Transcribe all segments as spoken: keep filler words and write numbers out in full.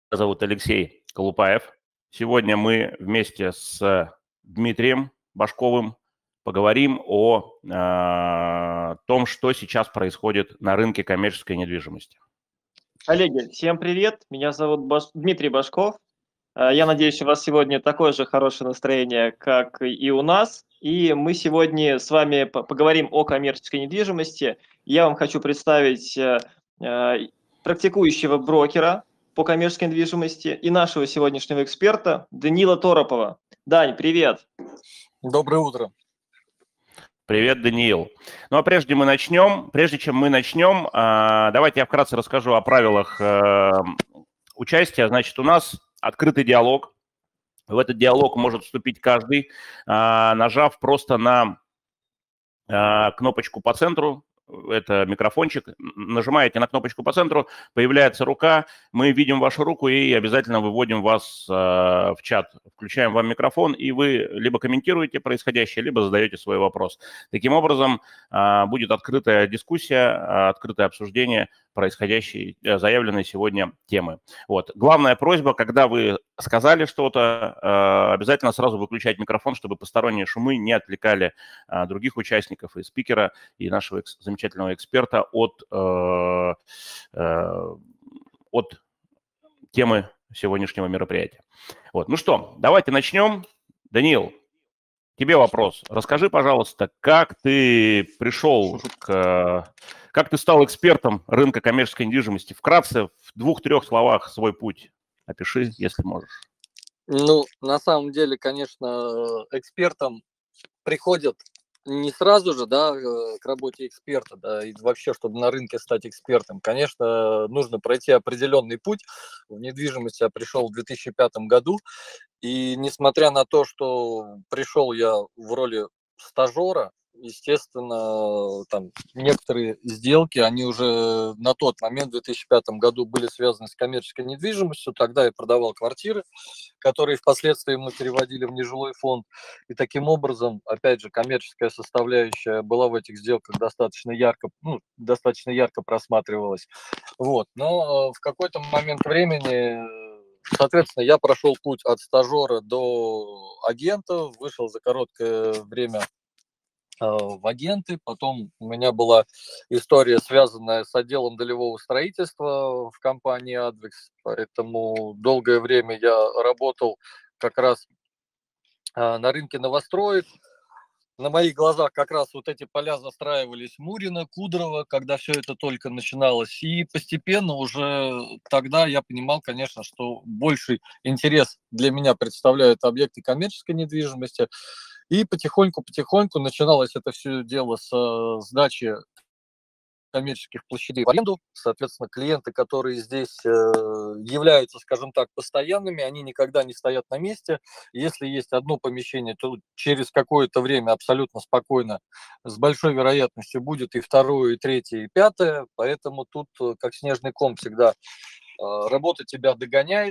Меня зовут Алексей Колупаев. Сегодня мы вместе с Дмитрием Башковым поговорим о э, том, что сейчас происходит на рынке коммерческой недвижимости. Коллеги, всем привет! Меня зовут Баш... Дмитрий Башков. Э, Я надеюсь, у вас сегодня такое же хорошее настроение, как и у нас. И мы сегодня с вами по- поговорим о коммерческой недвижимости. Я вам хочу представить э, э, практикующего брокера по коммерческой недвижимости и нашего сегодняшнего эксперта Даниила Торопова. Дань, привет! Доброе утро. Привет, Даниил. Ну а прежде мы начнем, прежде чем мы начнем, э, давайте я вкратце расскажу о правилах э, участия. Значит, у нас открытый диалог. В этот диалог может вступить каждый, э, нажав просто на э, кнопочку по центру. Это микрофончик. Нажимаете на кнопочку по центру, появляется рука, мы видим вашу руку и обязательно выводим вас э, в чат. Включаем вам микрофон, и вы либо комментируете происходящее, либо задаете свой вопрос. Таким образом, э, будет открытая дискуссия, э, открытое обсуждение происходящей, э, заявленной сегодня темы. Вот. Главная просьба, когда вы сказали что-то, э, обязательно сразу выключать микрофон, чтобы посторонние шумы не отвлекали э, других участников и спикера, и нашего экс- замечательного эксперта от, э, э, от темы сегодняшнего мероприятия. Вот. Ну что, давайте начнем. Даниил, тебе вопрос. Расскажи, пожалуйста, как ты пришел к... Как ты стал экспертом рынка коммерческой недвижимости? Вкратце, в двух-трех словах свой путь опиши, если можешь. Ну, на самом деле, конечно, экспертам приходят не сразу же, да, э, к работе эксперта, да, и вообще, чтобы на рынке стать экспертом, конечно, нужно пройти определенный путь. В недвижимость я пришел в две тысячи пятом году, и несмотря на то, что пришел я в роли стажера, естественно, там некоторые сделки, они уже на тот момент, в две тысячи пятом году, были связаны с коммерческой недвижимостью. Тогда я продавал квартиры, которые впоследствии мы переводили в нежилой фонд. И таким образом, опять же, коммерческая составляющая была в этих сделках достаточно ярко, ну, достаточно ярко просматривалась. Вот. Но э, в какой-то момент времени, соответственно, я прошел путь от стажера до агента, вышел за короткое время в агенты. Потом у меня была история, связанная с отделом долевого строительства в компании Advex, поэтому долгое время я работал как раз на рынке новостроек. На моих глазах как раз вот эти поля застраивались Мурино, Кудрово, когда все это только начиналось. И постепенно уже тогда я понимал, конечно, что больший интерес для меня представляют объекты коммерческой недвижимости. И потихоньку-потихоньку начиналось это все дело с сдачи коммерческих площадей в аренду. Соответственно, клиенты, которые здесь э, являются, скажем так, постоянными, они никогда не стоят на месте. Если есть одно помещение, то через какое-то время абсолютно спокойно, с большой вероятностью будет и второе, и третье, и пятое. Поэтому тут, как снежный ком, всегда э, работа тебя догоняет.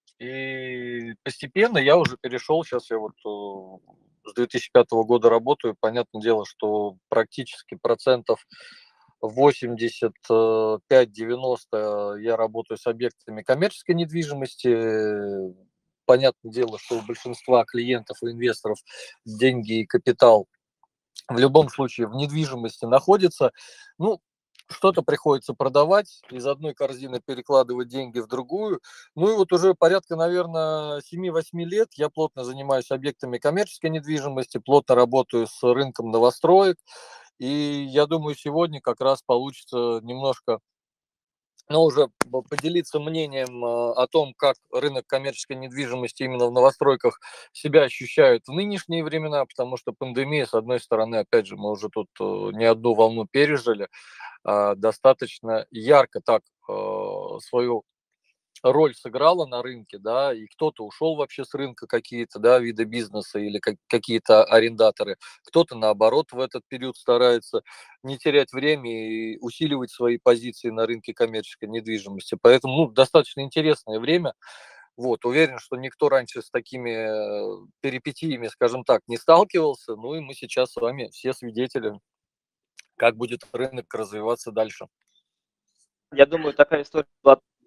И постепенно я уже перешел, сейчас я вот э, с две тысячи пятого года работаю, понятное дело, что практически процентов восемьдесят пять - девяносто я работаю с объектами коммерческой недвижимости. Понятное дело, что у большинства клиентов и инвесторов деньги и капитал в любом случае в недвижимости находится. Ну, что-то приходится продавать, из одной корзины перекладывать деньги в другую. Ну и вот уже порядка, наверное, семь-восемь лет я плотно занимаюсь объектами коммерческой недвижимости, плотно работаю с рынком новостроек. И я думаю, сегодня как раз получится немножко, ну, уже поделиться мнением о том, как рынок коммерческой недвижимости именно в новостройках себя ощущает в нынешние времена, потому что пандемия, с одной стороны, опять же, мы уже тут не одну волну пережили, достаточно ярко так свою роль сыграла на рынке, да, и кто-то ушел вообще с рынка, какие-то, да, виды бизнеса или как, какие-то арендаторы, кто-то, наоборот, в этот период старается не терять время и усиливать свои позиции на рынке коммерческой недвижимости. Поэтому, ну, достаточно интересное время. Вот, уверен, что никто раньше с такими перипетиями, скажем так, не сталкивался. Ну и мы сейчас с вами все свидетели, как будет рынок развиваться дальше. Я думаю, такая история была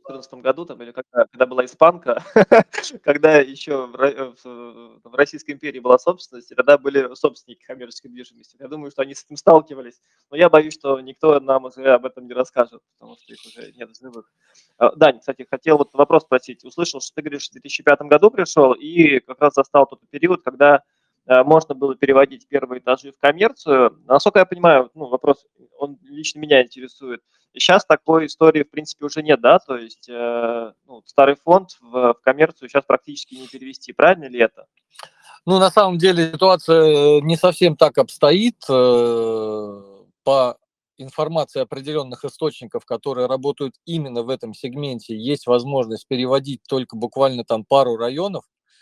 четырнадцатом году, там, или когда, когда была испанка, когда еще в, Ро- в- в Российской империи была собственность, и тогда были собственники коммерческой недвижимости. Я думаю, что они с этим сталкивались, но я боюсь, что никто нам уже об этом не расскажет, потому что их уже нет в живых. А, Дань, кстати, хотел вот вопрос спросить. Услышал, что ты говоришь, в две тысячи пятом году пришел, и как раз застал тот период, когда э, можно было переводить первые этажи в коммерцию. Насколько я понимаю, ну, вопрос, он лично меня интересует. И сейчас такой истории, в принципе, уже нет, да? То есть э, ну, старый фонд в, в коммерцию сейчас практически не перевести. Правильно ли это? Ну, на самом деле ситуация не совсем так обстоит. Э, По информации определенных источников, которые работают именно в этом сегменте, есть возможность переводить только буквально там пару районов.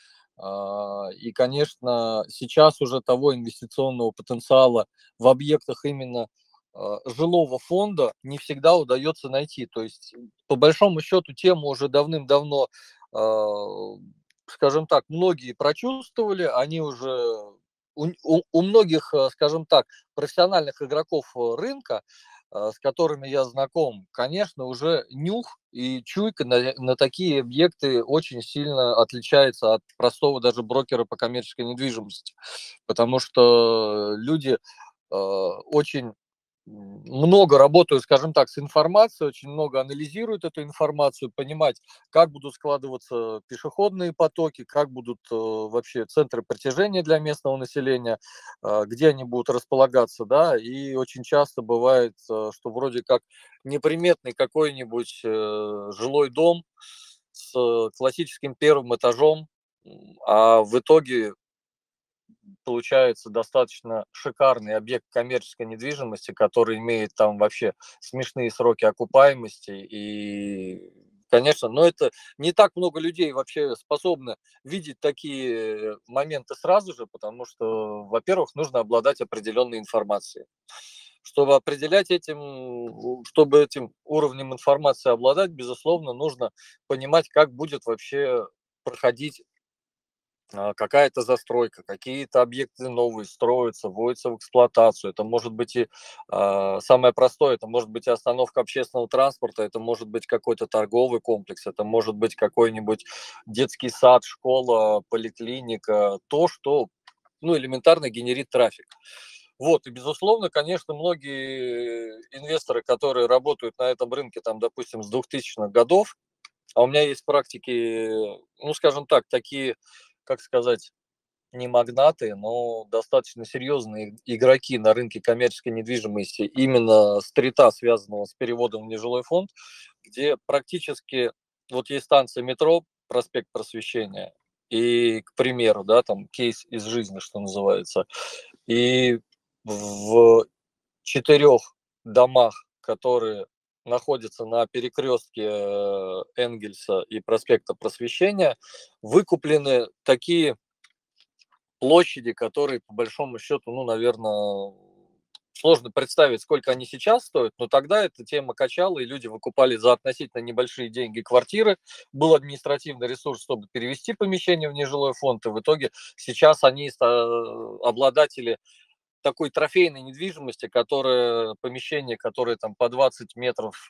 А, И, конечно, сейчас уже того инвестиционного потенциала в объектах именно а, жилого фонда не всегда удается найти. То есть, по большому счету, тему уже давным-давно, а, скажем так, многие прочувствовали, они уже у, у- у многих, а, скажем так, профессиональных игроков а, рынка, а, с которыми я знаком, конечно, уже нюх и чуйка на, на такие объекты очень сильно отличается от простого даже брокера по коммерческой недвижимости, потому что люди э, очень много работают, скажем так, с информацией, очень много анализируют эту информацию, понимать, как будут складываться пешеходные потоки, как будут э, вообще центры притяжения для местного населения, э, где они будут располагаться, да, и очень часто бывает, э, что вроде как неприметный какой-нибудь э, жилой дом с классическим первым этажом, м, а в итоге получается достаточно шикарный объект коммерческой недвижимости, который имеет там вообще смешные сроки окупаемости. И, конечно, но это не так много людей вообще способны видеть такие моменты сразу же, потому что, во-первых, нужно обладать определенной информацией. Чтобы определять этим, чтобы этим уровнем информации обладать, безусловно, нужно понимать, как будет вообще проходить а, какая-то застройка, какие-то объекты новые строятся, вводятся в эксплуатацию. Это может быть и а, самое простое, это может быть и остановка общественного транспорта, это может быть какой-то торговый комплекс, это может быть какой-нибудь детский сад, школа, поликлиника, то, что ну, элементарно генерит трафик. Вот, и, безусловно, конечно, многие инвесторы, которые работают на этом рынке, там, допустим, с двухтысячных годов, а у меня есть практики, ну, скажем так, такие, как сказать, не магнаты, но достаточно серьезные игроки на рынке коммерческой недвижимости, именно стрита, связанного с переводом в нежилой фонд, где практически вот есть станция метро, проспект Просвещения, и, к примеру, да, там кейс из жизни, что называется, и в четырех домах, которые находятся на перекрестке э, Энгельса и проспекта Просвещения, выкуплены такие площади, которые, по большому счету, ну, наверное, сложно представить, сколько они сейчас стоят, но тогда эта тема качала, и люди выкупали за относительно небольшие деньги квартиры, был административный ресурс, чтобы перевести помещение в нежилой фонд, и в итоге сейчас они обладатели такой трофейной недвижимости, которая, помещение, которое там по двадцать метров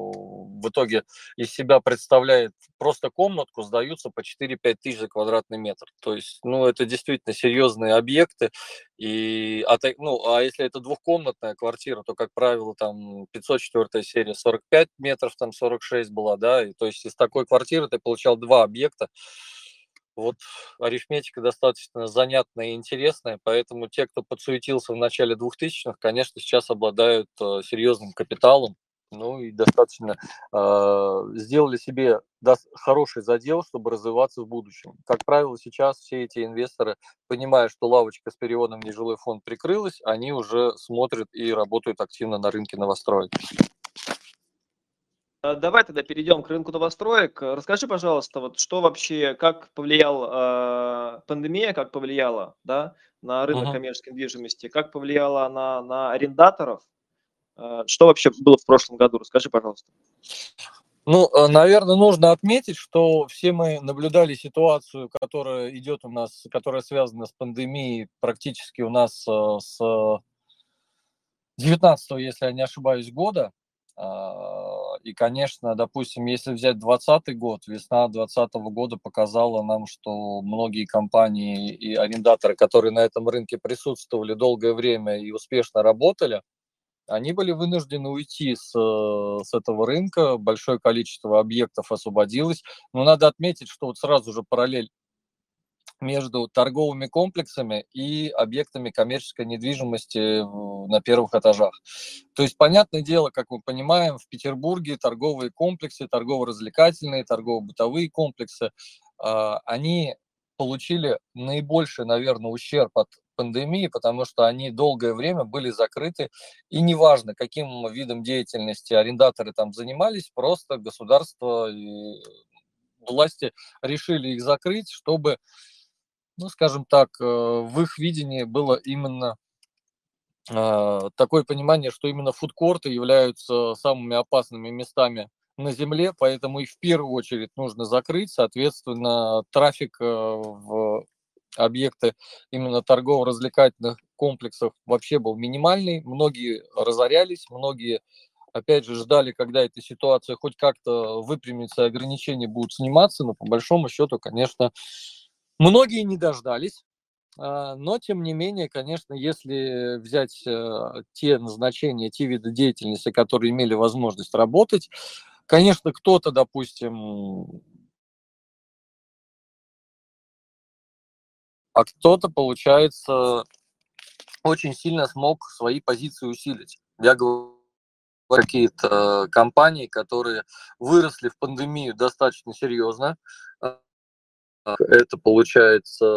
в итоге из себя представляет просто комнатку, сдаются по четыре-пять тысяч за квадратный метр. То есть, ну, это действительно серьезные объекты. И, а, ну, а если это двухкомнатная квартира, то, как правило, там пятьсот четвёртая серия сорок пять метров, там сорок шесть была, да, и то есть из такой квартиры ты получал два объекта. Вот арифметика достаточно занятная и интересная, поэтому те, кто подсуетился в начале двухтысячных, конечно, сейчас обладают э, серьезным капиталом, ну и достаточно э, сделали себе даст, хороший задел, чтобы развиваться в будущем. Как правило, сейчас все эти инвесторы, понимая, что лавочка с переводом в нежилой фонд прикрылась, они уже смотрят и работают активно на рынке новостроек. Давай тогда перейдем к рынку новостроек. Расскажи, пожалуйста, вот что вообще, как повлияла э, пандемия, как повлияла, да, на рынок Угу. коммерческой недвижимости, как повлияла она на арендаторов, э, что вообще было в прошлом году? Расскажи, пожалуйста. Ну, наверное, нужно отметить, что все мы наблюдали ситуацию, которая идет у нас, которая связана с пандемией практически у нас с девятнадцатого, если я не ошибаюсь, года. И, конечно, допустим, если взять двадцатый год, весна двадцатого года показала нам, что многие компании и арендаторы, которые на этом рынке присутствовали долгое время и успешно работали, они были вынуждены уйти с, с этого рынка, большое количество объектов освободилось. Но надо отметить, что вот сразу же параллель между торговыми комплексами и объектами коммерческой недвижимости на первых этажах. То есть, понятное дело, как мы понимаем, в Петербурге торговые комплексы, торгово-развлекательные, торгово-бытовые комплексы, они получили наибольший, наверное, ущерб от пандемии, потому что они долгое время были закрыты, и неважно, каким видом деятельности арендаторы там занимались, просто государство и власти решили их закрыть, чтобы, ну, скажем так, в их видении было именно э, такое понимание, что именно фудкорты являются самыми опасными местами на земле, поэтому их в первую очередь нужно закрыть. Соответственно, трафик в объекты именно торгово-развлекательных комплексов вообще был минимальный. Многие разорялись, многие, опять же, ждали, когда эта ситуация хоть как-то выпрямится, и ограничения будут сниматься, но по большому счету, конечно, многие не дождались, но, тем не менее, конечно, если взять те назначения, те виды деятельности, которые имели возможность работать, конечно, кто-то, допустим, а кто-то, получается, очень сильно смог свои позиции усилить. Я говорю, какие-то компании, которые выросли в пандемию достаточно серьезно. Это, получается,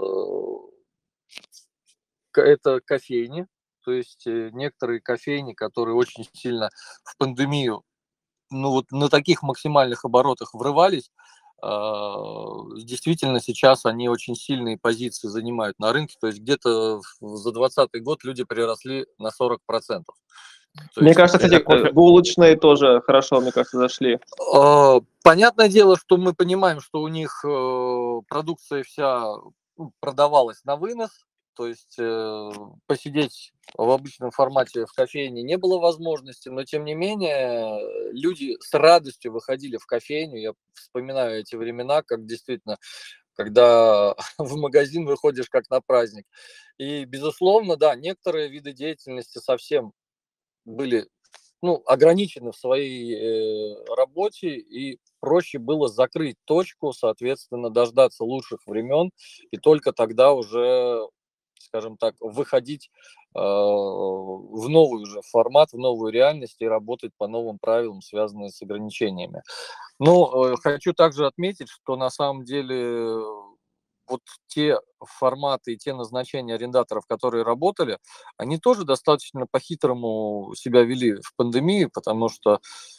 это кофейни, то есть некоторые кофейни, которые очень сильно в пандемию, ну вот на таких максимальных оборотах врывались, действительно сейчас они очень сильные позиции занимают на рынке, то есть где-то за двадцатый год люди приросли на сорок процентов. Мне есть, кажется, кстати, кофе... булочные тоже хорошо, мне кажется, зашли. Понятное дело, что мы понимаем, что у них продукция вся продавалась на вынос, то есть э, посидеть в обычном формате в кофейне не было возможности, но тем не менее люди с радостью выходили в кофейню. Я вспоминаю эти времена, как действительно, когда в магазин выходишь как на праздник. И, безусловно, да, некоторые виды деятельности совсем были, ну, ограничены в своей э, работе, и проще было закрыть точку, соответственно, дождаться лучших времен, и только тогда уже, скажем так, выходить э, в новый уже формат, в новую реальность и работать по новым правилам, связанным с ограничениями. Но э, хочу также отметить, что на самом деле вот те форматы и те назначения арендаторов, которые работали, они тоже достаточно по-хитрому себя вели в пандемии, потому что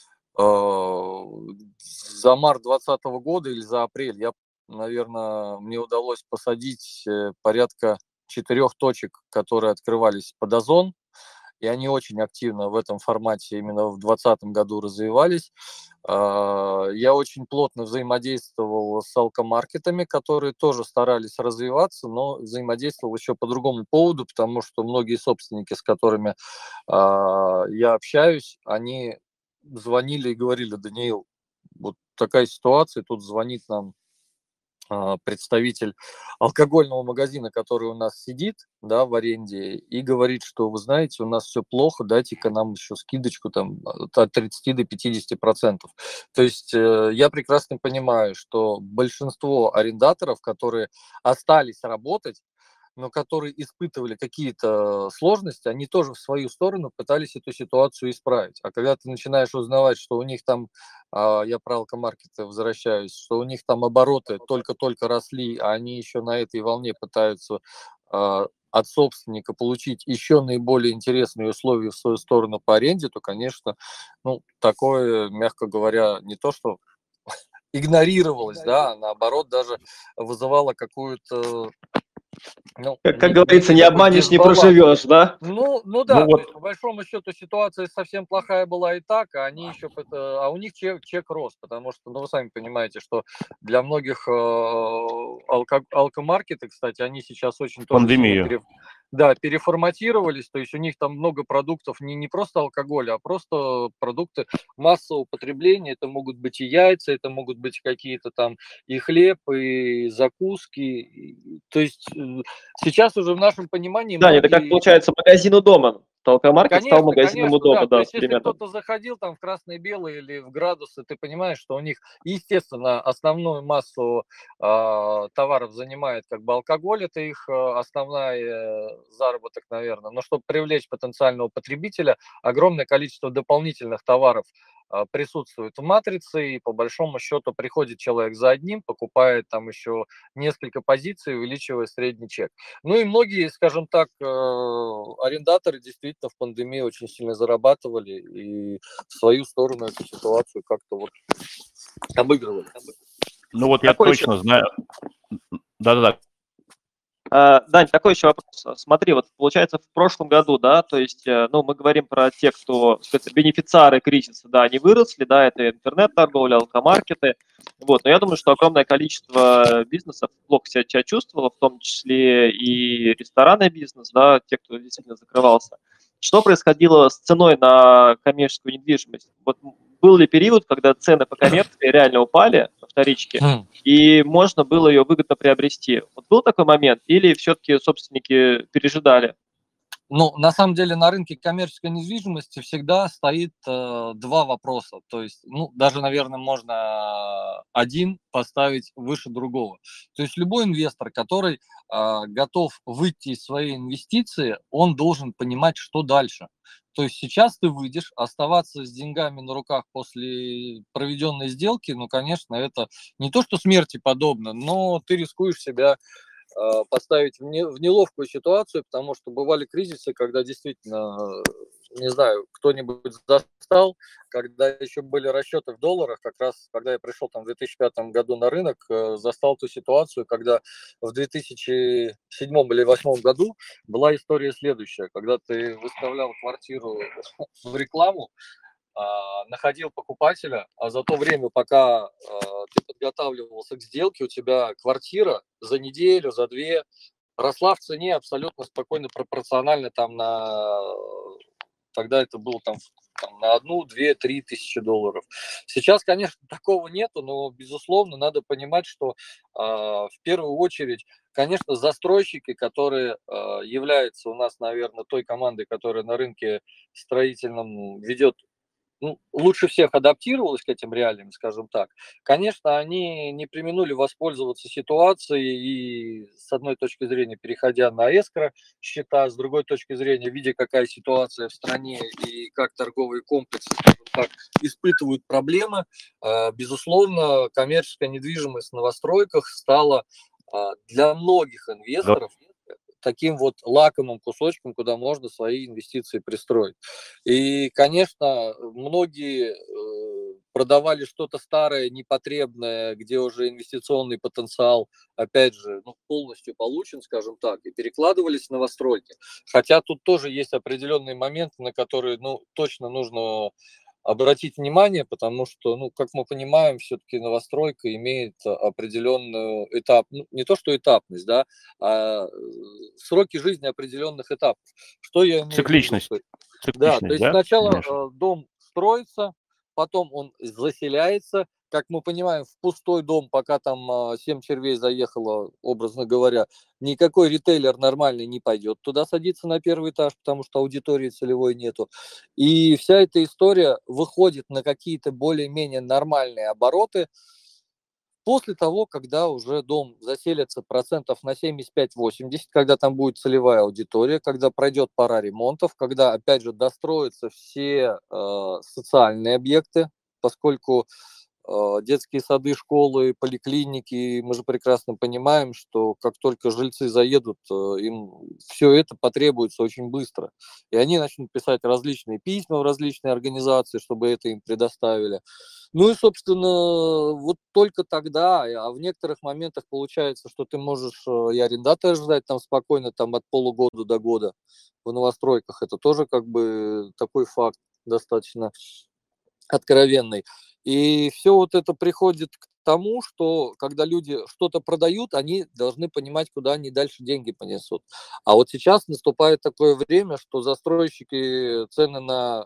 э, за март двадцатого года или за апрель я, наверное, мне удалось посадить порядка четырех точек, которые открывались под Озон, и они очень активно в этом формате именно в двадцатом году развивались. Я очень плотно взаимодействовал с алкомаркетами, которые тоже старались развиваться, но взаимодействовал еще по другому поводу, потому что многие собственники, с которыми я общаюсь, они звонили и говорили: Даниил, вот такая ситуация, тут звонит нам представитель алкогольного магазина, который у нас сидит, да, в аренде, и говорит, что, вы знаете, у нас все плохо, дайте-ка нам еще скидочку там от тридцати до пятидесяти процентов. То есть э, я прекрасно понимаю, что большинство арендаторов, которые остались работать, но которые испытывали какие-то сложности, они тоже в свою сторону пытались эту ситуацию исправить. А когда ты начинаешь узнавать, что у них там, я про алкомаркеты возвращаюсь, что у них там обороты только-только росли, а они еще на этой волне пытаются от собственника получить еще наиболее интересные условия в свою сторону по аренде, то, конечно, ну, такое, мягко говоря, не то что игнорировалось, да, а наоборот даже вызывало какую-то... Ну, как, как говорится, не обманешь, не проживешь, да? Ну, ну да, ну, вот. То есть, по большому счету ситуация совсем плохая была и так, а они еще, а у них чек, чек рос, потому что, ну, вы сами понимаете, что для многих э, алко, алкомаркеты, кстати, они сейчас очень тоже сильно пере, да, переформатировались, то есть у них там много продуктов, не, не просто алкоголь, а просто продукты массового потребления. Это могут быть и яйца, это могут быть какие-то там и хлеб, и закуски. И- то есть э, сейчас уже в нашем понимании Да, это как многие... получается магазин у дома. Толкомаркет стал Конечно, магазином у конечно, дома, да. То да, есть, если современно. кто-то заходил там в красное-белое или в градусы, ты понимаешь, что у них, естественно, основную массу э, товаров занимает как бы алкоголь, это их э, основная э, заработок, наверное. Но чтобы привлечь потенциального потребителя, огромное количество дополнительных товаров э, присутствует в матрице, и по большому счету приходит человек за одним, покупает там еще несколько позиций, увеличивая средний чек. Ну и многие, скажем так, э, арендаторы действительно в пандемии очень сильно зарабатывали и в свою сторону эту ситуацию как-то вот обыгрывали. Ну вот я Такой еще точно знаю. Да-да-да. А, Дань, такой еще вопрос. Смотри, вот получается в прошлом году, да, то есть, э, ну, мы говорим про тех, кто, так сказать, бенефициары кризиса, да, они выросли, да, это интернет-торговля, алкомаркеты, вот, но я думаю, что огромное количество бизнесов плохо себя, себя чувствовало, в том числе и ресторанный бизнес, да, те, кто действительно закрывался. Что происходило с ценой на коммерческую недвижимость? Вот был ли период, когда цены по коммерции реально упали на вторичке, Хм. и можно было ее выгодно приобрести? Вот был такой момент, или все-таки собственники пережидали? Ну, на самом деле на рынке коммерческой недвижимости всегда стоит э, два вопроса. То есть, ну, даже, наверное, можно один поставить выше другого. То есть любой инвестор, который э, готов выйти из своей инвестиции, он должен понимать, что дальше. То есть сейчас ты выйдешь, оставаться с деньгами на руках после проведенной сделки, ну, конечно, это не то, что смерти подобно, но ты рискуешь себя э, поставить в, не, в неловкую ситуацию, потому что бывали кризисы, когда действительно, э, не знаю, кто-нибудь застал, когда еще были расчеты в долларах, как раз когда я пришел там в две тысячи пятом году на рынок, э, застал ту ситуацию, когда в две тысячи седьмом или две тысячи восьмом году была история следующая, когда ты выставлял квартиру в рекламу, а, находил покупателя, а за то время, пока а, ты подготавливался к сделке, у тебя квартира за неделю, за две росла в цене абсолютно спокойно, пропорционально там на... Тогда это было там, там на одну, две, три тысячи долларов. Сейчас, конечно, такого нету, но, безусловно, надо понимать, что э, в первую очередь, конечно, застройщики, которые э, являются у нас, наверное, той командой, которая на рынке строительном ведет, ну, лучше всех адаптировалась к этим реалиям, скажем так. Конечно, они не преминули воспользоваться ситуацией и, с одной точки зрения, переходя на эскро счета, с другой точки зрения, видя, какая ситуация в стране и как торговые комплексы, скажем так, испытывают проблемы, безусловно, коммерческая недвижимость в новостройках стала для многих инвесторов таким вот лакомым кусочком, куда можно свои инвестиции пристроить. И, конечно, многие продавали что-то старое, непотребное, где уже инвестиционный потенциал, опять же, ну, полностью получен, скажем так, и перекладывались в новостройки. Хотя тут тоже есть определенные моменты, на которые, ну, точно нужно обратить внимание, потому что, ну, как мы понимаем, все-таки новостройка имеет определенную этап, ну, не то что этапность, да, а сроки жизни определенных этапов. Что я имею в виду? Цикличность. Да, то Цикличность, есть да? сначала Конечно. дом строится, потом он заселяется, как мы понимаем, в пустой дом, пока там семь червей заехало, образно говоря, никакой ритейлер нормальный не пойдет туда садиться на первый этаж, потому что аудитории целевой нету. И вся эта история выходит на какие-то более-менее нормальные обороты после того, когда уже дом заселится процентов на семьдесят пять - восемьдесят, когда там будет целевая аудитория, когда пройдет пора ремонтов, когда, опять же, достроятся все э, социальные объекты, поскольку детские сады, школы, поликлиники, мы же прекрасно понимаем, что как только жильцы заедут, им все это потребуется очень быстро. И они начнут писать различные письма в различные организации, чтобы это им предоставили. Ну и, собственно, вот только тогда, а в некоторых моментах получается, что ты можешь и арендатора ждать там спокойно там от полугода до года в новостройках. Это тоже как бы такой факт достаточно откровенный. И все вот это приходит к тому, что когда люди что-то продают, они должны понимать, куда они дальше деньги понесут. А вот сейчас наступает такое время, что застройщики цены на,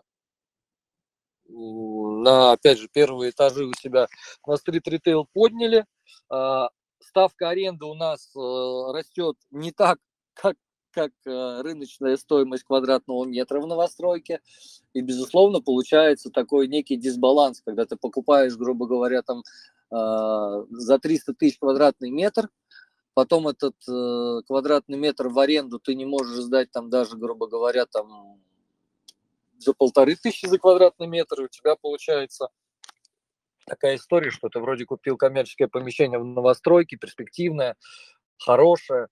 на опять же, первые этажи у себя на стрит-ритейл подняли. А, ставка аренды у нас э, растет не так, как как э, рыночная стоимость квадратного метра в новостройке. И, безусловно, получается такой некий дисбаланс, когда ты покупаешь, грубо говоря, там э, за триста тысяч квадратный метр, потом этот э, квадратный метр в аренду ты не можешь сдать там даже, грубо говоря, там за полторы тысячи за квадратный метр, и у тебя получается такая история, что ты вроде купил коммерческое помещение в новостройке, перспективное, хорошее,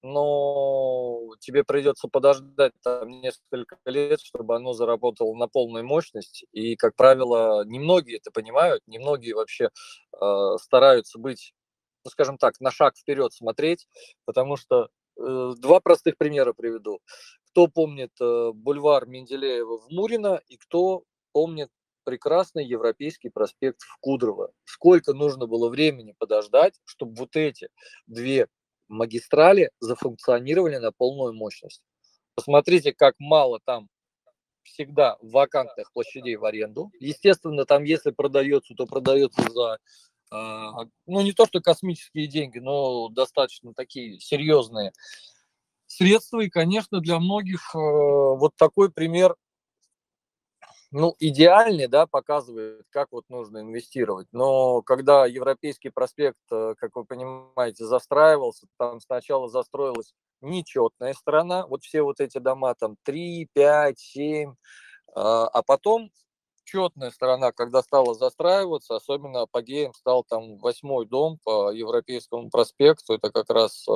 но тебе придется подождать там несколько лет, чтобы оно заработало на полную мощность. И, как правило, немногие это понимают, немногие вообще э, стараются быть, ну, скажем так, на шаг вперед смотреть, потому что э, два простых примера приведу. Кто помнит э, бульвар Менделеева в Мурино и кто помнит прекрасный Европейский проспект в Кудрово. Сколько нужно было времени подождать, чтобы вот эти две магистрали зафункционировали на полную мощность. Посмотрите, как мало там всегда вакантных площадей в аренду. Естественно, там, если продается, то продается за, ну, не то что космические деньги, но достаточно такие серьезные средства. И, конечно, для многих вот такой пример, ну, идеальный, да, показывает, как вот нужно инвестировать. Но когда Европейский проспект, как вы понимаете, застраивался, там сначала застроилась нечетная сторона, вот все вот эти дома там три, пять, семь, а потом четная сторона, когда стала застраиваться, особенно апогеем стал там восьмой дом по Европейскому проспекту, это как раз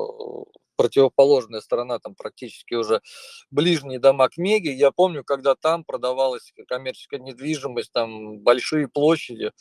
противоположная сторона, там практически уже ближние дома к Меге. Я помню, когда там продавалась коммерческая недвижимость, там большие площади,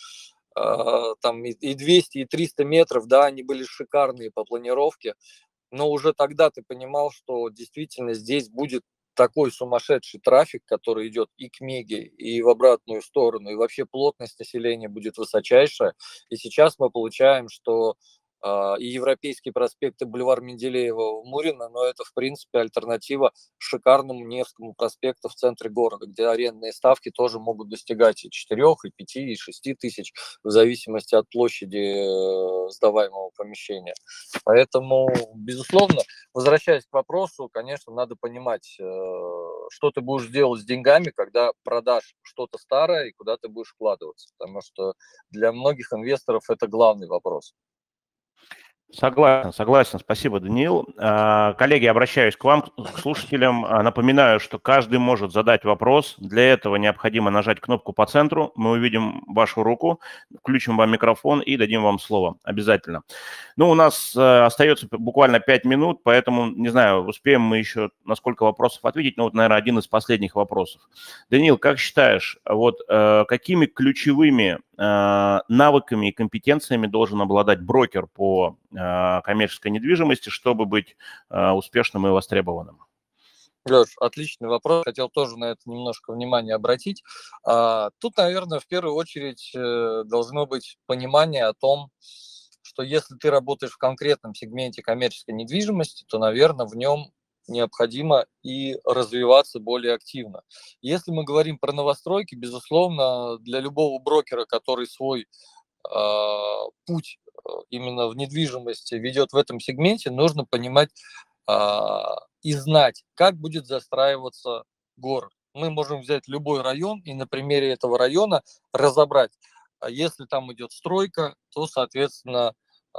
там и двести, и триста метров, да, они были шикарные по планировке, но уже тогда ты понимал, что действительно здесь будет такой сумасшедший трафик, который идет и к Меге, и в обратную сторону, и вообще плотность населения будет высочайшая. И сейчас мы получаем, что и Европейский проспект, и бульвар Менделеева в Мурино, но это, в принципе, альтернатива шикарному Невскому проспекту в центре города, где арендные ставки тоже могут достигать и четырёх, и пяти, и шести тысяч, в зависимости от площади сдаваемого помещения. Поэтому, безусловно, возвращаясь к вопросу, конечно, надо понимать, что ты будешь делать с деньгами, когда продашь что-то старое и куда ты будешь вкладываться, потому что для многих инвесторов это главный вопрос. Согласен, согласен. Спасибо, Даниил. Коллеги, обращаюсь к вам, к слушателям. Напоминаю, что каждый может задать вопрос. Для этого необходимо нажать кнопку по центру. Мы увидим вашу руку, включим вам микрофон и дадим вам слово. Обязательно. Ну, у нас остается буквально пять минут, поэтому, не знаю, успеем мы еще на сколько вопросов ответить. Ну, вот, наверное, один из последних вопросов. Даниил, как считаешь, вот какими ключевыми навыками и компетенциями должен обладать брокер по коммерческой недвижимости, чтобы быть успешным и востребованным? Леш, отличный вопрос. Хотел тоже на это немножко внимания обратить. Тут, наверное, в первую очередь должно быть понимание о том, что если ты работаешь в конкретном сегменте коммерческой недвижимости, то, наверное, в нем необходимо и развиваться более активно. Если мы говорим про новостройки, безусловно, для любого брокера, который свой э, путь именно в недвижимости ведет в этом сегменте, нужно понимать э, и знать, как будет застраиваться город. Мы можем взять любой район и на примере этого района разобрать, если там идет стройка, то, соответственно,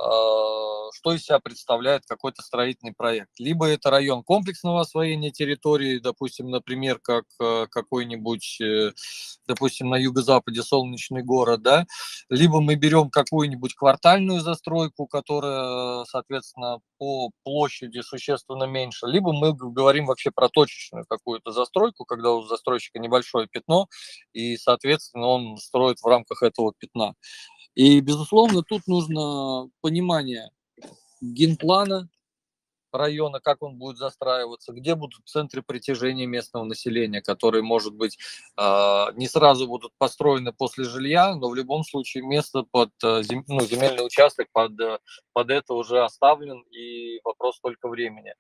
что из себя представляет какой-то строительный проект. Либо это район комплексного освоения территории, допустим, например, как какой-нибудь, допустим, на юго-западе солнечный город, да, либо мы берем какую-нибудь квартальную застройку, которая, соответственно, по площади существенно меньше, либо мы говорим вообще про точечную какую-то застройку, когда у застройщика небольшое пятно, и, соответственно, он строит в рамках этого пятна. И, безусловно, тут нужно понимание генплана, района, как он будет застраиваться, где будут центры притяжения местного населения, которые, может быть, не сразу будут построены после жилья, но в любом случае место под зем, ну, земельный участок под, под это уже оставлен, и вопрос только времени.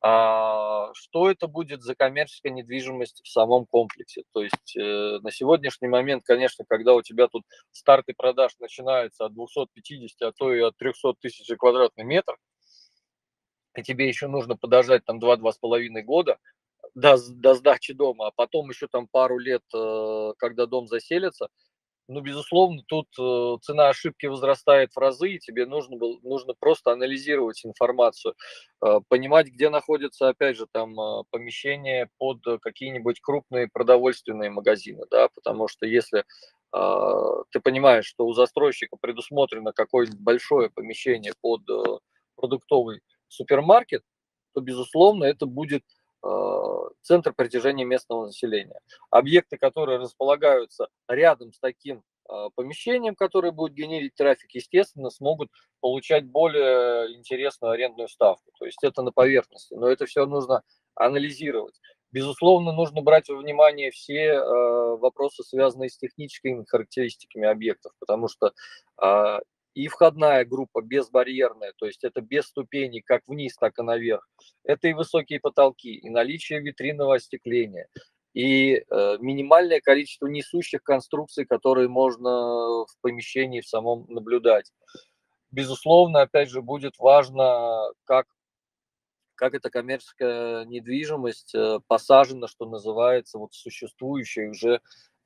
А что это будет за коммерческая недвижимость в самом комплексе? То есть э, на сегодняшний момент, конечно, когда у тебя тут старты продаж начинаются от двухсот пятидесяти, а то и от трёхсот тысяч квадратных метров, и тебе еще нужно подождать там два-два с половиной года до, до сдачи дома, а потом еще там пару лет, э, когда дом заселится, ну, безусловно, тут э, цена ошибки возрастает в разы, и тебе нужно, было, нужно просто анализировать информацию, э, понимать, где находятся, опять же, там э, помещения под какие-нибудь крупные продовольственные магазины, да, потому что если э, ты понимаешь, что у застройщика предусмотрено какое-нибудь большое помещение под э, продуктовый супермаркет, то, безусловно, это будет центр притяжения местного населения. Объекты, которые располагаются рядом с таким помещением, которое будет генерить трафик, естественно, смогут получать более интересную арендную ставку. То есть это на поверхности, но это все нужно анализировать. Безусловно, нужно брать во внимание все вопросы, связанные с техническими характеристиками объектов, потому что и входная группа безбарьерная, то есть это без ступеней как вниз, так и наверх. Это и высокие потолки, и наличие витринного остекления, и э, минимальное количество несущих конструкций, которые можно в помещении в самом наблюдать. Безусловно, опять же, будет важно, как, как эта коммерческая недвижимость э, посажена, что называется, вот существующая уже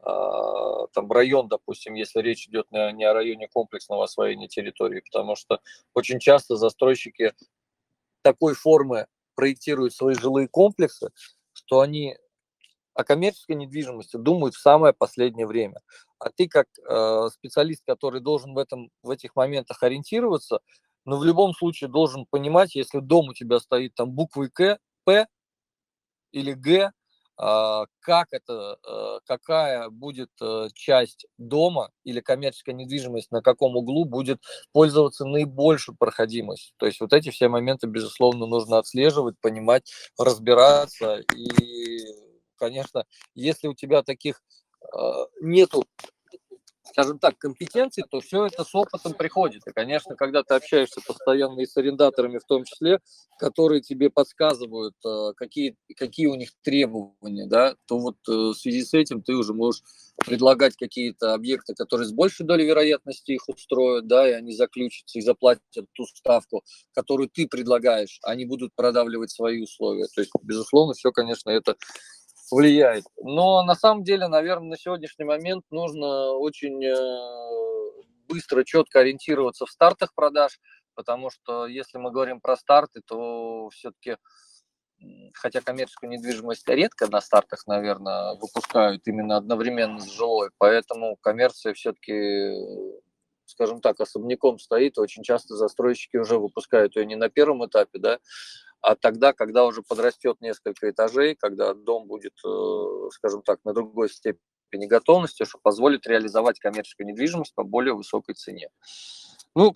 там район, допустим, если речь идет не о районе комплексного освоения территории, потому что очень часто застройщики такой формы проектируют свои жилые комплексы, что они о коммерческой недвижимости думают в самое последнее время. А ты как э, специалист, который должен в, этом, в этих моментах ориентироваться, но в любом случае должен понимать, если дом у тебя стоит там буквой К, П или Г, как это, какая будет часть дома или коммерческая недвижимость, на каком углу будет пользоваться наибольшей проходимостью. То есть вот эти все моменты, безусловно, нужно отслеживать, понимать, разбираться. И, конечно, если у тебя таких нету, скажем так, компетенций, то все это с опытом приходит. И, конечно, когда ты общаешься постоянно и с арендаторами в том числе, которые тебе подсказывают, какие, какие у них требования, да, то вот в связи с этим ты уже можешь предлагать какие-то объекты, которые с большей долей вероятности их устроят, да, и они заключатся и заплатят ту ставку, которую ты предлагаешь, они будут продавливать свои условия. То есть, безусловно, все, конечно, это влияет. Но на самом деле, наверное, на сегодняшний момент нужно очень быстро, четко ориентироваться в стартах продаж, потому что если мы говорим про старты, то все-таки, хотя коммерческую недвижимость редко на стартах, наверное, выпускают именно одновременно с жилой, поэтому коммерция все-таки, скажем так, особняком стоит. Очень часто застройщики уже выпускают ее не на первом этапе, да, а тогда, когда уже подрастет несколько этажей, когда дом будет, скажем так, на другой степени готовности, что позволит реализовать коммерческую недвижимость по более высокой цене. Ну,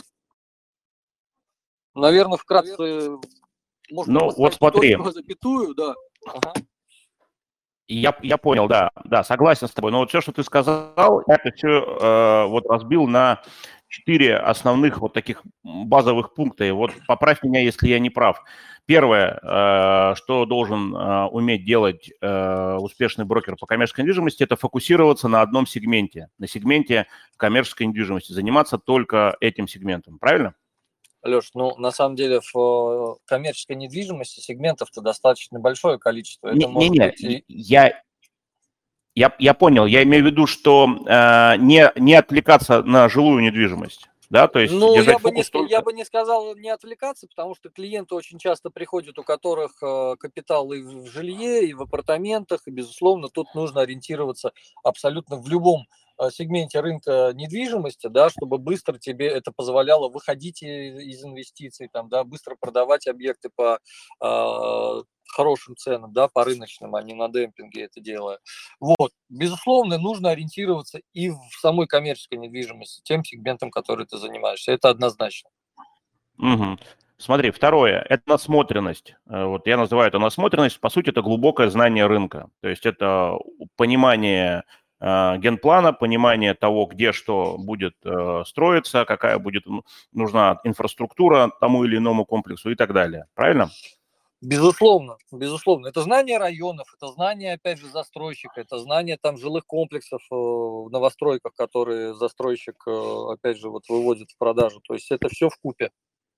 наверное, вкратце можно ну, вот смотри. запятую, да. Ага. Я, я понял, да, да, согласен с тобой. Но вот все, что ты сказал, я это все э, вот разбил на четыре основных вот таких базовых пункта. И вот поправь меня, если я не прав. Первое, э, что должен э, уметь делать э, успешный брокер по коммерческой недвижимости, это фокусироваться на одном сегменте, на сегменте коммерческой недвижимости, заниматься только этим сегментом, правильно? Леш, ну, на самом деле, в коммерческой недвижимости сегментов-то достаточно большое количество. Это Не, не, не. Быть... я, я, я понял. Я имею в виду, что э, не, не отвлекаться на жилую недвижимость. Да, то есть ну, я бы, не, только... я бы не сказал не отвлекаться, потому что клиенты очень часто приходят, у которых э, капитал и в жилье, и в апартаментах, и, безусловно, тут нужно ориентироваться абсолютно в любом э, сегменте рынка недвижимости, да, чтобы быстро тебе это позволяло выходить из инвестиций, там, да, быстро продавать объекты по э, хорошим ценам, да, по рыночным, а не на демпинге это делая. Вот. Безусловно, нужно ориентироваться и в самой коммерческой недвижимости, тем сегментом, который ты занимаешься. Это однозначно. Угу. Смотри, второе – это насмотренность. Э, Вот я называю это насмотренность. По сути, это глубокое знание рынка. То есть это понимание э, генплана, понимание того, где что будет э, строиться, какая будет м, нужна инфраструктура тому или иному комплексу и так далее. Правильно? Безусловно, безусловно. Это знание районов, это знание, опять же, застройщика, это знание там жилых комплексов э, в новостройках, которые застройщик, э, опять же, вот выводит в продажу. То есть это все вкупе.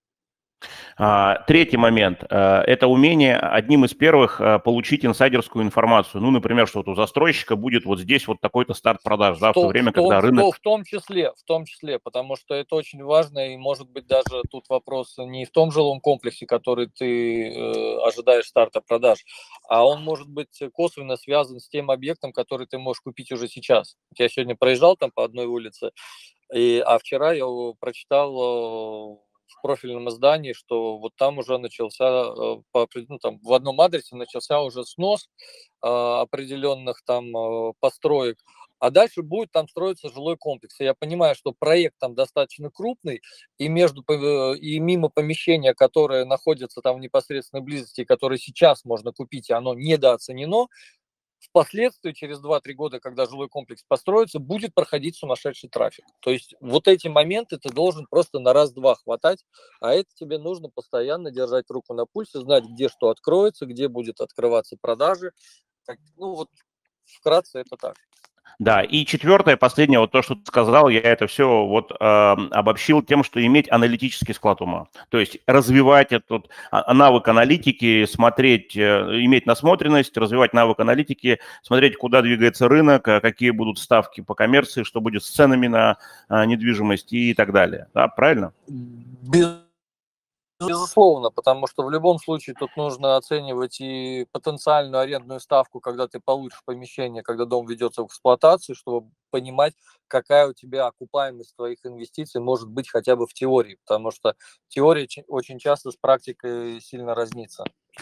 А, Третий момент э, – это умение одним из первых э, получить инсайдерскую информацию. Ну, например, что вот у застройщика будет вот здесь вот такой-то старт продаж, да, В в то том, время, в, том, когда в, том, рынок… в том числе, в том числе, потому что это очень важно, и может быть даже тут вопрос не в том жилом комплексе, который ты э, ожидаешь старта продаж, а он может быть косвенно связан с тем объектом, который ты можешь купить уже сейчас. Я сегодня проезжал там по одной улице, и, а вчера я прочитал в профильном издании, что вот там уже начался, по, ну, там, в одном адресе начался уже снос э, определенных там э, построек, а дальше будет там строиться жилой комплекс. И я понимаю, что проект там достаточно крупный, и, между, и мимо помещения, которое находится там в непосредственной близости, которое сейчас можно купить, и оно недооценено, впоследствии, через два-три года, когда жилой комплекс построится, будет проходить сумасшедший трафик. То есть вот эти моменты ты должен просто на раз-два хватать, а это тебе нужно постоянно держать руку на пульсе, знать, где что откроется, где будет открываться продажи. Ну вот вкратце это так. Да, и четвертое, последнее, вот то, что ты сказал, я это все вот э, обобщил тем, что иметь аналитический склад ума. То есть развивать этот навык аналитики, смотреть, э, иметь насмотренность, развивать навык аналитики, смотреть, куда двигается рынок, какие будут ставки по коммерции, что будет с ценами на э, недвижимость и так далее. Да, правильно? Без... Безусловно, потому что в любом случае тут нужно оценивать и потенциальную арендную ставку, когда ты получишь помещение, когда дом ведется в эксплуатацию, чтобы понимать, какая у тебя окупаемость твоих инвестиций может быть хотя бы в теории, потому что теория очень часто с практикой сильно разнится.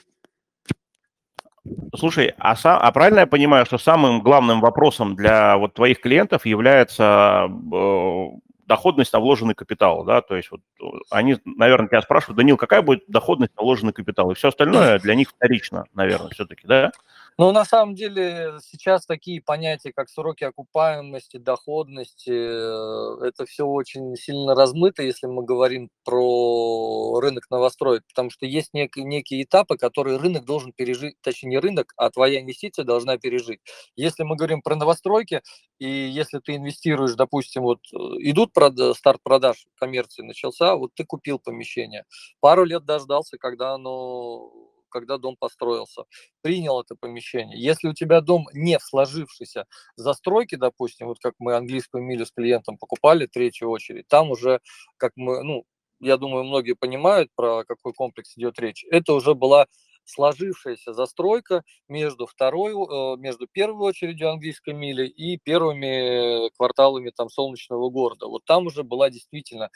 Слушай, а, сам, а правильно я понимаю, что самым главным вопросом для вот твоих клиентов является э, доходность на вложенный капитал, да? То есть вот они, наверное, тебя спрашивают: Данил, какая будет доходность на вложенный капитал? И все остальное для них вторично, наверное, все-таки, да? Ну, на самом деле, сейчас такие понятия, как сроки окупаемости, доходности, это все очень сильно размыто, если мы говорим про рынок новостроек, потому что есть некие, некие этапы, которые рынок должен пережить, точнее, не рынок, а твоя инвестиция должна пережить. Если мы говорим про новостройки, и если ты инвестируешь, допустим, вот идут прод... старт продаж, коммерции начался, вот ты купил помещение, пару лет дождался, когда оно... когда дом построился, принял это помещение. Если у тебя дом не в сложившейся застройке, допустим, вот как мы английскую милю с клиентом покупали, третью очередь, там уже, как мы, ну, я думаю, многие понимают, про какой комплекс идет речь, это уже была сложившаяся застройка между второй, между первой очередью английской мили и первыми кварталами там солнечного города. Вот там уже была действительно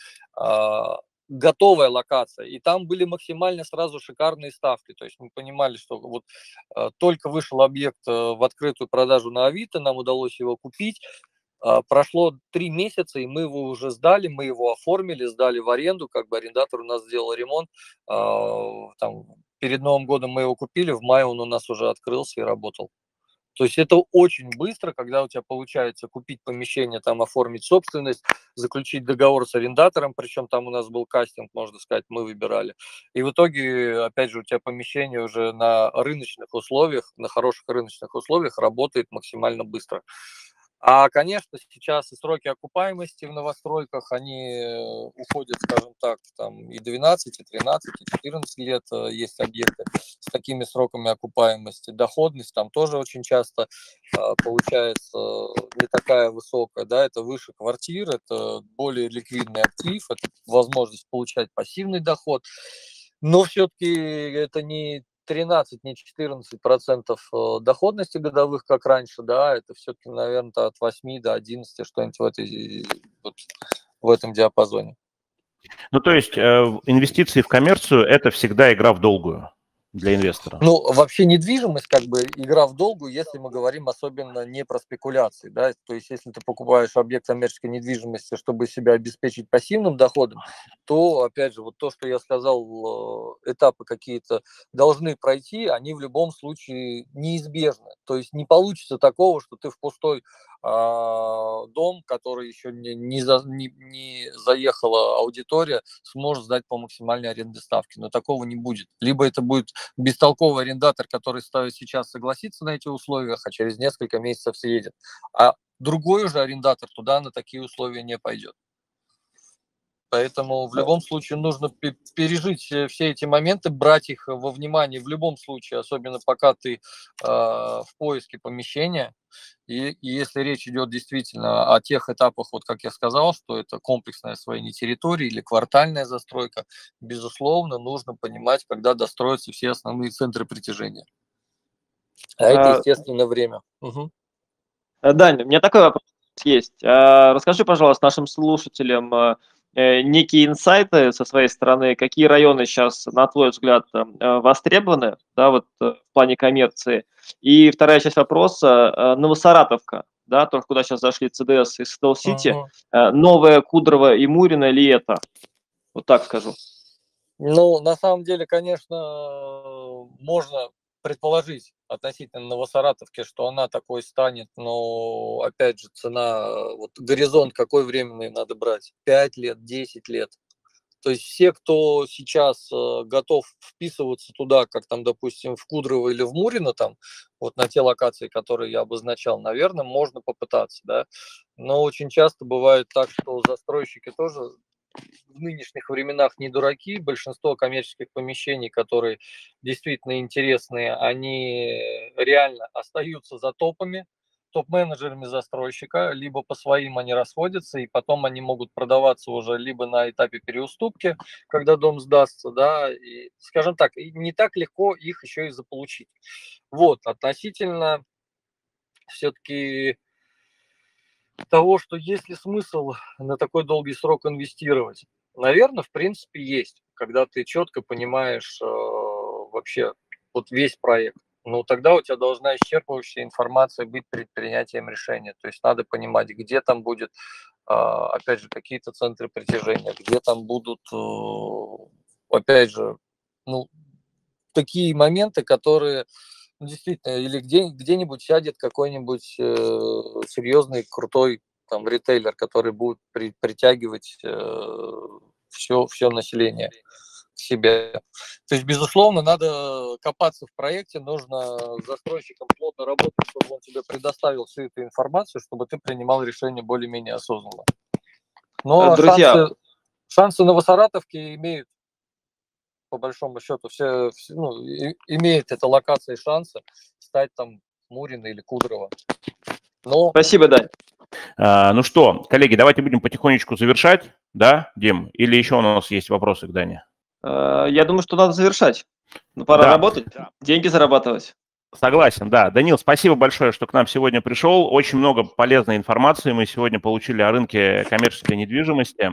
готовая локация, и там были максимально сразу шикарные ставки, то есть мы понимали, что вот э, только вышел объект э, в открытую продажу на Авито, нам удалось его купить, э, прошло три месяца, и мы его уже сдали, мы его оформили, сдали в аренду, как бы арендатор у нас сделал ремонт, э, там, перед Новым годом мы его купили, в мае он у нас уже открылся и работал. То есть это очень быстро, когда у тебя получается купить помещение, там оформить собственность, заключить договор с арендатором, причем там у нас был кастинг, можно сказать, мы выбирали. И в итоге, опять же, у тебя помещение уже на рыночных условиях, на хороших рыночных условиях работает максимально быстро. А, конечно, сейчас и сроки окупаемости в новостройках, они уходят, скажем так, там и двенадцать, и тринадцать, и четырнадцать лет есть объекты с такими сроками окупаемости. Доходность там тоже очень часто получается не такая высокая, да, это выше квартир, это более ликвидный актив, это возможность получать пассивный доход, но все-таки это не тринадцать, не четырнадцать процентов доходности годовых, как раньше, да, это все-таки, наверное, от восьми до одиннадцати, что-нибудь в, этой, вот, в этом диапазоне. Ну, то есть э, инвестиции в коммерцию – это всегда игра в долгую. для инвестора? Ну, вообще недвижимость, как бы игра в долгу, если мы говорим особенно не про спекуляции, да, то есть если ты покупаешь объект коммерческой недвижимости, чтобы себя обеспечить пассивным доходом, то, опять же, вот то, что я сказал, этапы какие-то должны пройти, они в любом случае неизбежны. То есть не получится такого, что ты в пустой а, дом, который еще не, не, за, не, не заехала аудитория, сможешь сдать по максимальной арендной ставке. Но такого не будет. Либо это будет бестолковый арендатор, который сейчас согласится на эти условия, а через несколько месяцев съедет. А другой уже арендатор туда на такие условия не пойдет. Поэтому в любом случае нужно пережить все эти моменты, брать их во внимание в любом случае, особенно пока ты э, в поиске помещения. И, и если речь идет действительно о тех этапах, вот как я сказал, что это комплексное освоение территории или квартальная застройка, безусловно, нужно понимать, когда достроятся все основные центры притяжения. А это, естественно, время. Угу. Дань, у меня такой вопрос есть. Расскажи, пожалуйста, нашим слушателям некие инсайты со своей стороны, какие районы сейчас, на твой взгляд, востребованы, да, вот в плане коммерции. И вторая часть вопроса, Новосаратовка, да, только куда сейчас зашли ЦДС и Стел Сити, uh-huh. Новая Кудрово и Мурино ли это? Вот так скажу. Ну, на самом деле, конечно, можно предположить относительно Новосаратовки, что она такой станет, но, опять же, цена, вот горизонт какой временный надо брать? пять лет, десять лет. То есть все, кто сейчас готов вписываться туда, как там, допустим, в Кудрово или в Мурино, там, вот на те локации, которые я обозначал, наверное, можно попытаться, да. Но очень часто бывает так, что застройщики тоже в нынешних временах не дураки. Большинство коммерческих помещений, которые действительно интересные, они реально остаются за топами, топ-менеджерами застройщика, либо по своим они расходятся, и потом они могут продаваться уже либо на этапе переуступки, когда дом сдастся, да, и, скажем так, не так легко их еще и заполучить. Вот, относительно все-таки того, что есть ли смысл на такой долгий срок инвестировать, наверное, в принципе, есть, когда ты четко понимаешь э, вообще вот весь проект. Ну, тогда у тебя должна исчерпывающая информация быть перед принятием решения. То есть надо понимать, где там будет, э, опять же, какие-то центры притяжения, где там будут, э, опять же, ну, такие моменты, которые действительно, или где, где-нибудь сядет какой-нибудь э, серьезный, крутой там ритейлер, который будет при, притягивать э, все, все население к себе. То есть, безусловно, надо копаться в проекте, нужно с застройщиком плотно работать, чтобы он тебе предоставил всю эту информацию, чтобы ты принимал решение более-менее осознанно. Но Друзья, шансы, шансы Новосаратовки имеют, по большому счету, все, все ну, и, имеет эта локация шансы стать там Мурино или Кудрово. Но... Спасибо, Дань. А, ну что, коллеги, давайте будем потихонечку завершать, да, Дим? Или еще у нас есть вопросы к Дане? А, я думаю, что надо завершать. Ну, пора да. работать, деньги зарабатывать. Согласен, да. Данил, спасибо большое, что к нам сегодня пришел. Очень много полезной информации мы сегодня получили о рынке коммерческой недвижимости.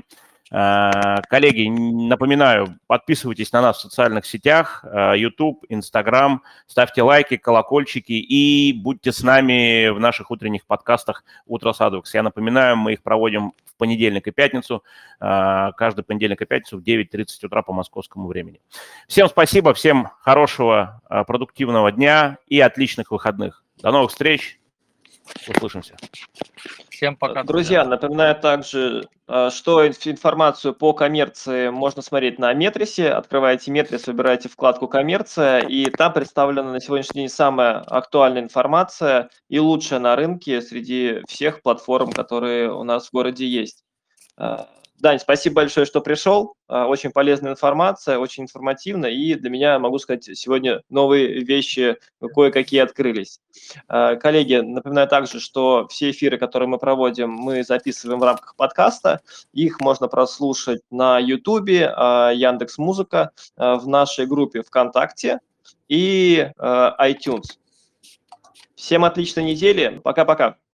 Коллеги, напоминаю, подписывайтесь на нас в социальных сетях, YouTube, Instagram, ставьте лайки, колокольчики и будьте с нами в наших утренних подкастах «Утро Садовикс». Я напоминаю, мы их проводим в понедельник и пятницу, каждый понедельник и пятницу в девять тридцать утра по московскому времени. Всем спасибо, всем хорошего, продуктивного дня и отличных выходных. До новых встреч, услышимся. Всем пока. Друзья, напоминаю также, что информацию по коммерции можно смотреть на Метрисе. Открываете Метрис, выбираете вкладку «Коммерция», и там представлена на сегодняшний день самая актуальная информация и лучшая на рынке среди всех платформ, которые у нас в городе есть. Дань, спасибо большое, что пришел. Очень полезная информация, очень информативно. И для меня, могу сказать, сегодня новые вещи кое-какие открылись. Коллеги, напоминаю также, что все эфиры, которые мы проводим, мы записываем в рамках подкаста. Их можно прослушать на YouTube, Яндекс.Музыка, в нашей группе ВКонтакте и iTunes. Всем отличной недели. Пока-пока.